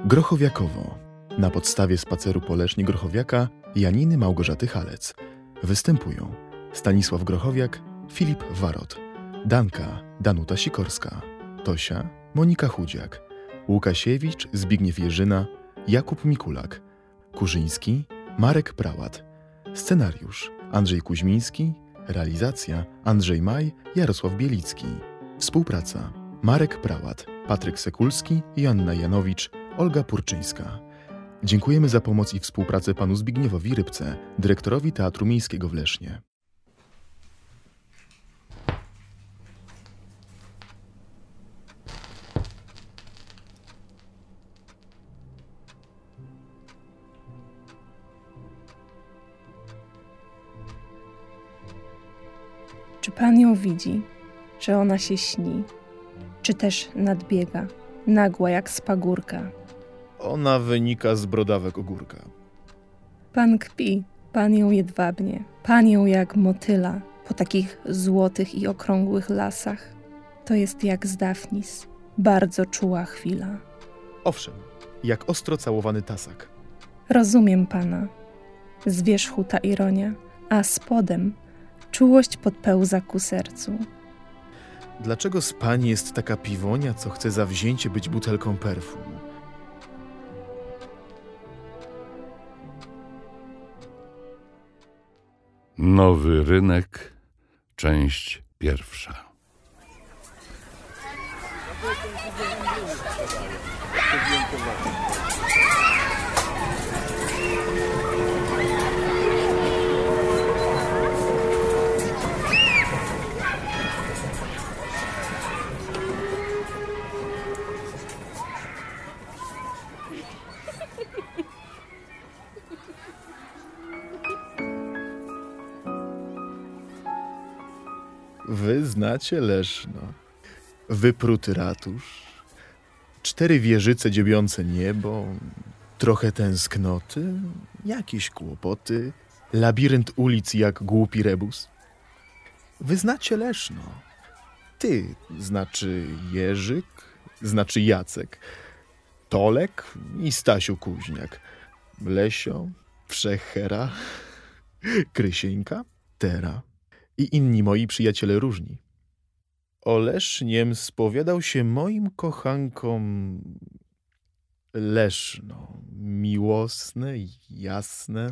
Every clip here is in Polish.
Grochowiakowo. Na podstawie spaceru po Lesznie Grochowiaka Janiny Małgorzaty Halec. Występują Stanisław Grochowiak, Filip Warot, Danka Danuta Sikorska, Tosia Monika Chudziak, Łukasiewicz Zbigniew Jerzyna, Jakub Mikulak, Kurzyński Marek Prałat. Scenariusz Andrzej Kuźmiński. Realizacja Andrzej Maj, Jarosław Bielicki. Współpraca Marek Prałat, Patryk Sekulski, Joanna Janowicz, Olga Purczyńska. Dziękujemy za pomoc i współpracę panu Zbigniewowi Rybce, dyrektorowi Teatru Miejskiego w Lesznie. Czy pan ją widzi? Czy ona się śni? Czy też nadbiega, nagła jak z pagórka? Ona wynika z brodawek ogórka. Pan kpi, pan ją jedwabnie, pan ją jak motyla po takich złotych i okrągłych lasach. To jest jak z Dafnis, bardzo czuła chwila. Owszem, jak ostro całowany tasak. Rozumiem pana. Z wierzchu ta ironia, a spodem czułość podpełza ku sercu. Dlaczego z pani jest taka piwonia, co chce zawzięcie być butelką perfum? Nowy rynek, część pierwsza. Wy znacie Leszno. Wypruty ratusz, 4 wieżyce dziobiące niebo, trochę tęsknoty, jakieś kłopoty, labirynt ulic jak głupi rebus. Wy znacie Leszno. Ty znaczy Jerzyk, znaczy Jacek, Tolek i Stasiu Kuźniak, Lesio, Wszechera, Krysieńka, Tera i inni moi przyjaciele różni. O Leszniem spowiadał się moim kochankom Leszno, miłosne i jasne,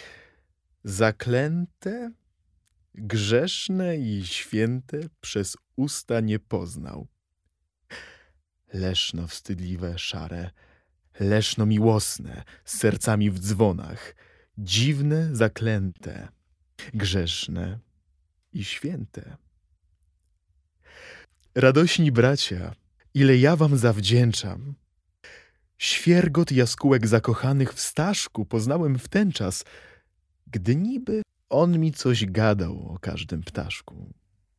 zaklęte, grzeszne i święte przez usta nie poznał. Leszno wstydliwe, szare, Leszno miłosne, z sercami w dzwonach, dziwne, zaklęte, grzeszne i święte. Radośni bracia, ile ja wam zawdzięczam. Świergot jaskółek zakochanych w Staszku poznałem w ten czas, gdy niby on mi coś gadał o każdym ptaszku.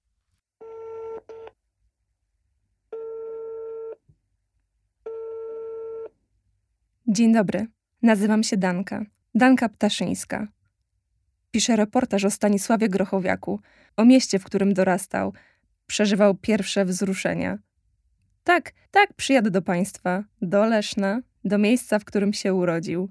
Dzień dobry, nazywam się Danka, Danka Ptaszyńska. Piszę reportaż o Stanisławie Grochowiaku, o mieście, w którym dorastał, przeżywał pierwsze wzruszenia. Tak, przyjadę do państwa, do Leszna, do miejsca, w którym się urodził.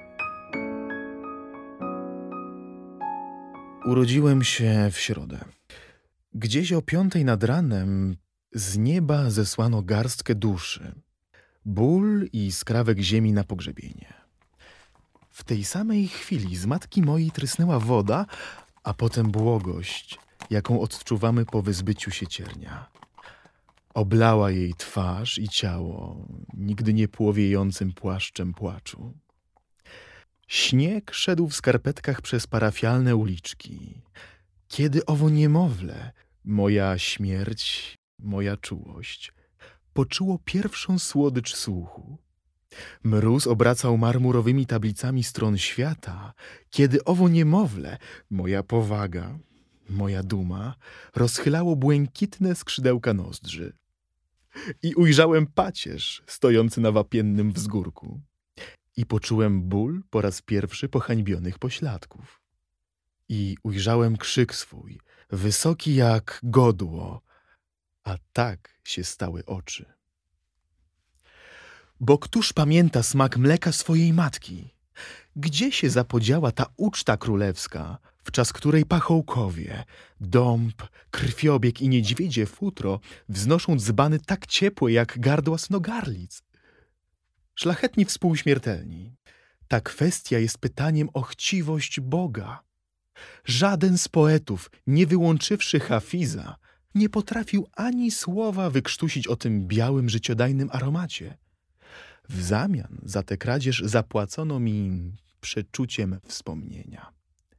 Urodziłem się w środę. Gdzieś o 5 nad ranem z nieba zesłano garstkę duszy, ból i skrawek ziemi na pogrzebienie. W tej samej chwili z matki mojej trysnęła woda, a potem błogość, jaką odczuwamy po wyzbyciu się ciernia. Oblała jej twarz i ciało nigdy nie płowiejącym płaszczem płaczu. Śnieg szedł w skarpetkach przez parafialne uliczki. Kiedy owo niemowlę, moja śmierć, moja czułość, poczuło pierwszą słodycz słuchu. Mróz obracał marmurowymi tablicami stron świata, kiedy owo niemowlę, moja powaga, moja duma, rozchylało błękitne skrzydełka nozdrzy. I ujrzałem pacierz stojący na wapiennym wzgórku. I poczułem ból po raz pierwszy pohańbionych pośladków. I ujrzałem krzyk swój, wysoki jak godło, a tak się stały oczy. Bo któż pamięta smak mleka swojej matki? Gdzie się zapodziała ta uczta królewska, w czas której pachołkowie, dąb, krwiobieg i niedźwiedzie futro wznoszą dzbany tak ciepłe jak gardła snogarlic? Szlachetni współśmiertelni, ta kwestia jest pytaniem o chciwość Boga. Żaden z poetów, nie wyłączywszy Hafiza, nie potrafił ani słowa wykrztusić o tym białym, życiodajnym aromacie. W zamian za tę kradzież zapłacono mi przeczuciem wspomnienia.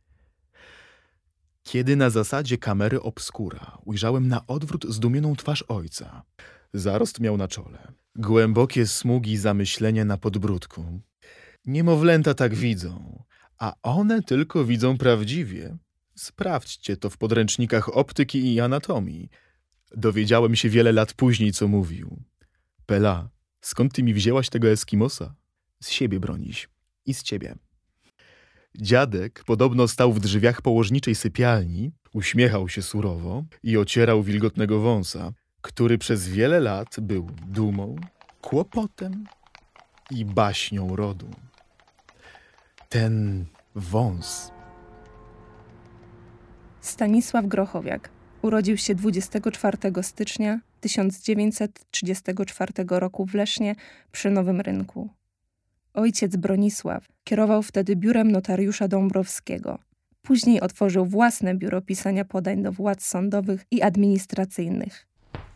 Kiedy na zasadzie kamery obskura ujrzałem na odwrót zdumioną twarz ojca, zarost miał na czole, głębokie smugi zamyślenia na podbródku. Niemowlęta tak widzą, a one tylko widzą prawdziwie. Sprawdźcie to w podręcznikach optyki i anatomii. Dowiedziałem się wiele lat później, co mówił. Pela, skąd ty mi wzięłaś tego Eskimosa? Z siebie broniś. I z ciebie. Dziadek podobno stał w drzwiach położniczej sypialni, uśmiechał się surowo i ocierał wilgotnego wąsa, który przez wiele lat był dumą, kłopotem i baśnią rodu. Ten wąs. Stanisław Grochowiak urodził się 24 stycznia 1934 roku w Lesznie przy Nowym Rynku. Ojciec Bronisław kierował wtedy biurem notariusza Dąbrowskiego. Później otworzył własne biuro pisania podań do władz sądowych i administracyjnych.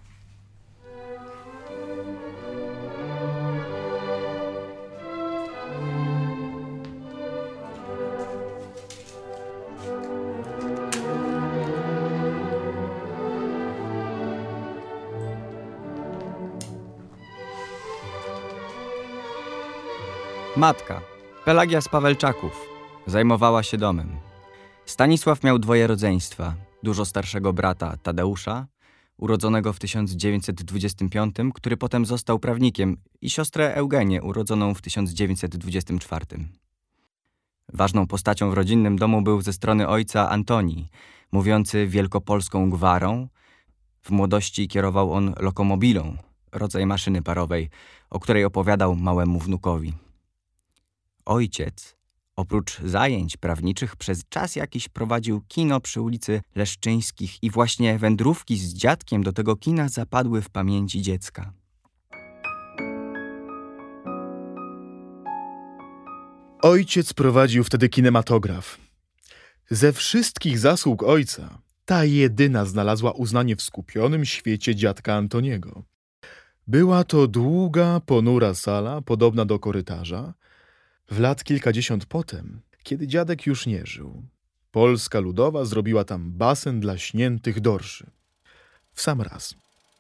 Matka, Pelagia z Pawelczaków, zajmowała się domem. Stanisław miał dwoje rodzeństwa. Dużo starszego brata Tadeusza, urodzonego w 1925, który potem został prawnikiem, i siostrę Eugenię, urodzoną w 1924. Ważną postacią w rodzinnym domu był ze strony ojca Antoni, mówiący wielkopolską gwarą. W młodości kierował on lokomobilą, rodzaj maszyny parowej, o której opowiadał małemu wnukowi. Ojciec, oprócz zajęć prawniczych, przez czas jakiś prowadził kino przy ulicy Leszczyńskich i właśnie wędrówki z dziadkiem do tego kina zapadły w pamięci dziecka. Ojciec prowadził wtedy kinematograf. Ze wszystkich zasług ojca ta jedyna znalazła uznanie w skupionym świecie dziadka Antoniego. Była to długa, ponura sala, podobna do korytarza. W lat kilkadziesiąt potem, kiedy dziadek już nie żył, Polska Ludowa zrobiła tam basen dla śniętych dorszy. W sam raz.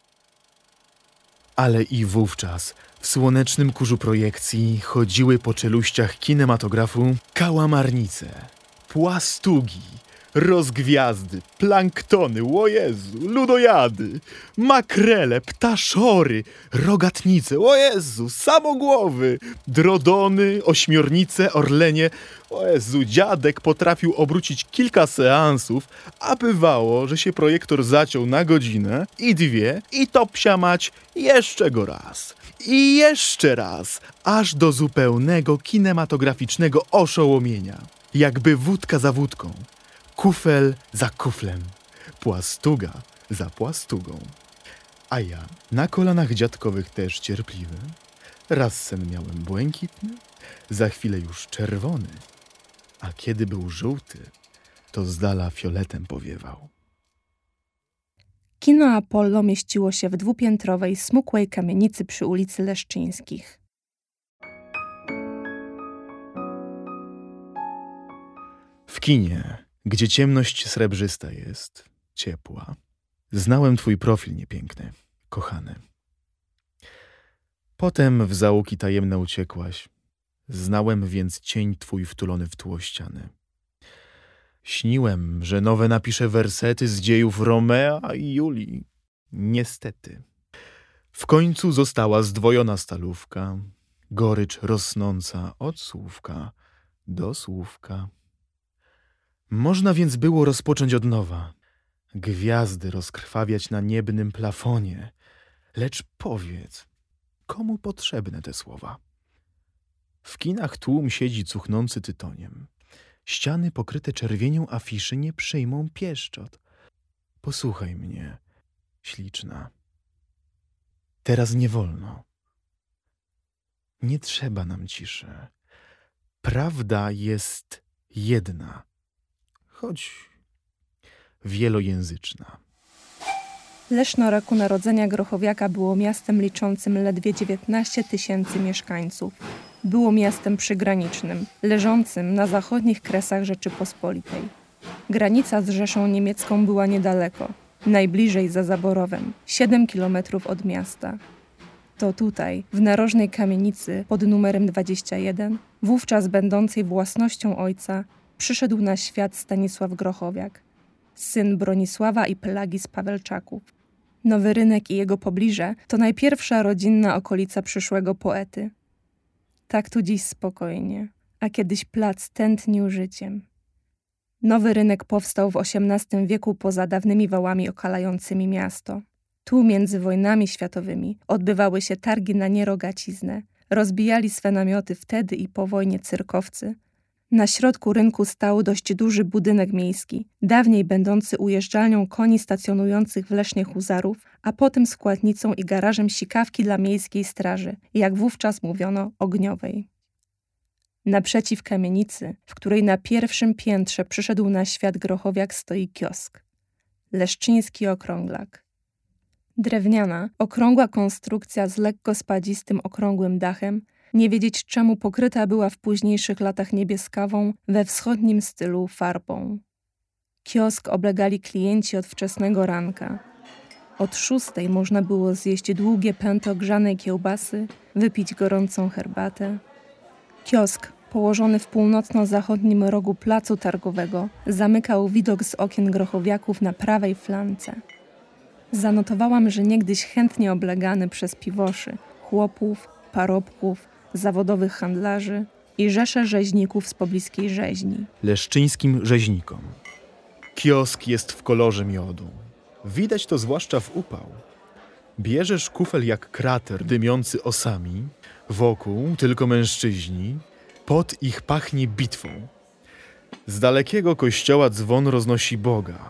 Ale i wówczas w słonecznym kurzu projekcji chodziły po czeluściach kinematografu kałamarnice, płastugi, rozgwiazdy, planktony, o Jezu, ludojady, makrele, ptaszory, rogatnice, o Jezu, samogłowy, drodony, ośmiornice, orlenie. O Jezu, dziadek potrafił obrócić kilka seansów, a bywało, że się projektor zaciął na godzinę i dwie i to psia mać jeszcze go raz. I jeszcze raz, aż do zupełnego kinematograficznego oszołomienia. Jakby wódka za wódką. Kufel za kuflem, płastuga za płastugą. A ja na kolanach dziadkowych też cierpliwy. Raz sen miałem błękitny, za chwilę już czerwony, a kiedy był żółty, to z dala fioletem powiewał. Kino Apollo mieściło się w dwupiętrowej, smukłej kamienicy przy ulicy Leszczyńskich. W kinie, gdzie ciemność srebrzysta jest, ciepła, znałem twój profil niepiękny, kochany. Potem w zaułki tajemne uciekłaś, znałem więc cień twój wtulony w tło ściany. Śniłem, że nowe napiszę wersety z dziejów Romea i Julii. Niestety. W końcu została zdwojona stalówka, gorycz rosnąca od słówka do słówka. Można więc było rozpocząć od nowa, gwiazdy rozkrwawiać na niebnym plafonie. Lecz powiedz, Komu potrzebne te słowa? W kinach tłum siedzi cuchnący tytoniem. Ściany pokryte czerwienią afiszy nie przyjmą pieszczot. Posłuchaj mnie, śliczna. Teraz nie wolno. Nie trzeba nam ciszy. Prawda jest jedna, choć wielojęzyczna. Leszno roku narodzenia Grochowiaka było miastem liczącym ledwie 19 000 mieszkańców. Było miastem przygranicznym, leżącym na zachodnich kresach Rzeczypospolitej. Granica z Rzeszą Niemiecką była niedaleko, najbliżej za Zaborowem, 7 kilometrów od miasta. To tutaj, w narożnej kamienicy pod numerem 21, wówczas będącej własnością ojca, przyszedł na świat Stanisław Grochowiak, syn Bronisława i Pelagii z Pawelczaków. Nowy Rynek i jego pobliże to najpierwsza rodzinna okolica przyszłego poety. Tak tu dziś spokojnie, a kiedyś plac tętnił życiem. Nowy Rynek powstał w XVIII wieku poza dawnymi wałami okalającymi miasto. Tu między wojnami światowymi odbywały się targi na nierogaciznę. Rozbijali swe namioty wtedy i po wojnie cyrkowcy. Na środku rynku stał dość duży budynek miejski, dawniej będący ujeżdżalnią koni stacjonujących w Lesznie huzarów, a potem składnicą i garażem sikawki dla miejskiej straży, jak wówczas mówiono ogniowej. Naprzeciw kamienicy, w której na pierwszym piętrze przyszedł na świat Grochowiak, stoi kiosk. Leszczyński okrąglak. Drewniana, okrągła konstrukcja z lekko spadzistym, okrągłym dachem, nie wiedzieć czemu pokryta była w późniejszych latach niebieskawą, we wschodnim stylu farbą. Kiosk oblegali klienci od wczesnego ranka. Od 6 można było zjeść długie pęto grzanej kiełbasy, wypić gorącą herbatę. Kiosk, położony w północno-zachodnim rogu placu targowego, zamykał widok z okien Grochowiaków na prawej flance. Zanotowałam, że niegdyś chętnie oblegany przez piwoszy, chłopów, parobków, zawodowych handlarzy i rzesze rzeźników z pobliskiej rzeźni. Leszczyńskim rzeźnikom. Kiosk jest w kolorze miodu. Widać to zwłaszcza w upał. Bierzesz kufel jak krater dymiący osami, wokół tylko mężczyźni, pot ich pachnie bitwą. Z dalekiego kościoła dzwon roznosi Boga.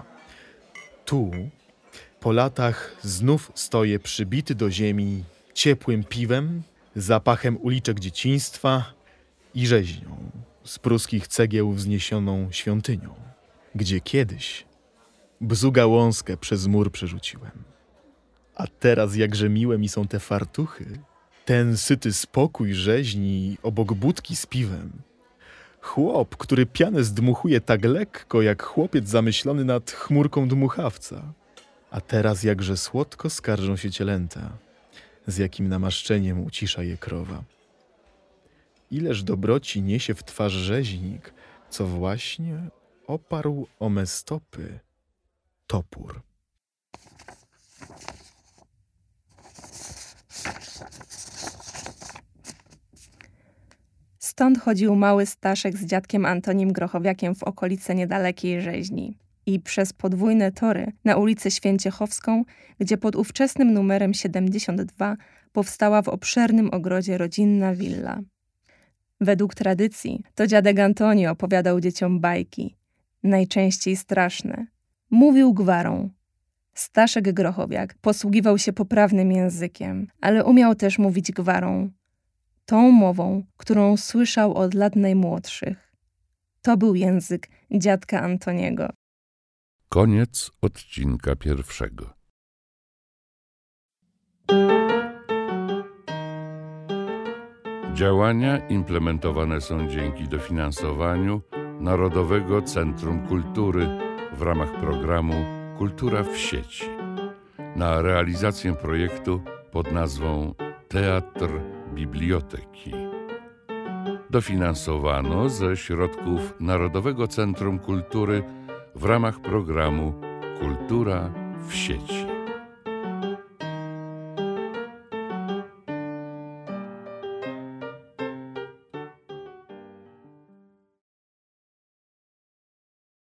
Tu, po latach, znów stoję przybity do ziemi ciepłym piwem, zapachem uliczek dzieciństwa i rzeźnią z pruskich cegieł wzniesioną świątynią, gdzie kiedyś bzu gałązkę przez mur przerzuciłem. A teraz jakże miłe mi są te fartuchy, ten syty spokój rzeźni obok budki z piwem. Chłop, który pianę zdmuchuje tak lekko, jak chłopiec zamyślony nad chmurką dmuchawca. A teraz jakże słodko skarżą się cielęta, z jakim namaszczeniem ucisza je krowa. Ileż dobroci niesie w twarz rzeźnik, co właśnie oparł o me stopy topór. Stąd chodził mały Staszek z dziadkiem Antonim Grochowiakiem w okolice niedalekiej rzeźni i przez podwójne tory na ulicę Święciechowską, gdzie pod ówczesnym numerem 72 powstała w obszernym ogrodzie rodzinna willa. Według tradycji to dziadek Antoni opowiadał dzieciom bajki, najczęściej straszne. Mówił gwarą. Staszek Grochowiak posługiwał się poprawnym językiem, ale umiał też mówić gwarą. Tą mową, którą słyszał od lat najmłodszych. To był język dziadka Antoniego. Koniec odcinka 1. Działania implementowane są dzięki dofinansowaniu Narodowego Centrum Kultury w ramach programu Kultura w sieci. Na realizację projektu pod nazwą Teatr Biblioteki dofinansowano ze środków Narodowego Centrum Kultury w ramach programu Kultura w sieci.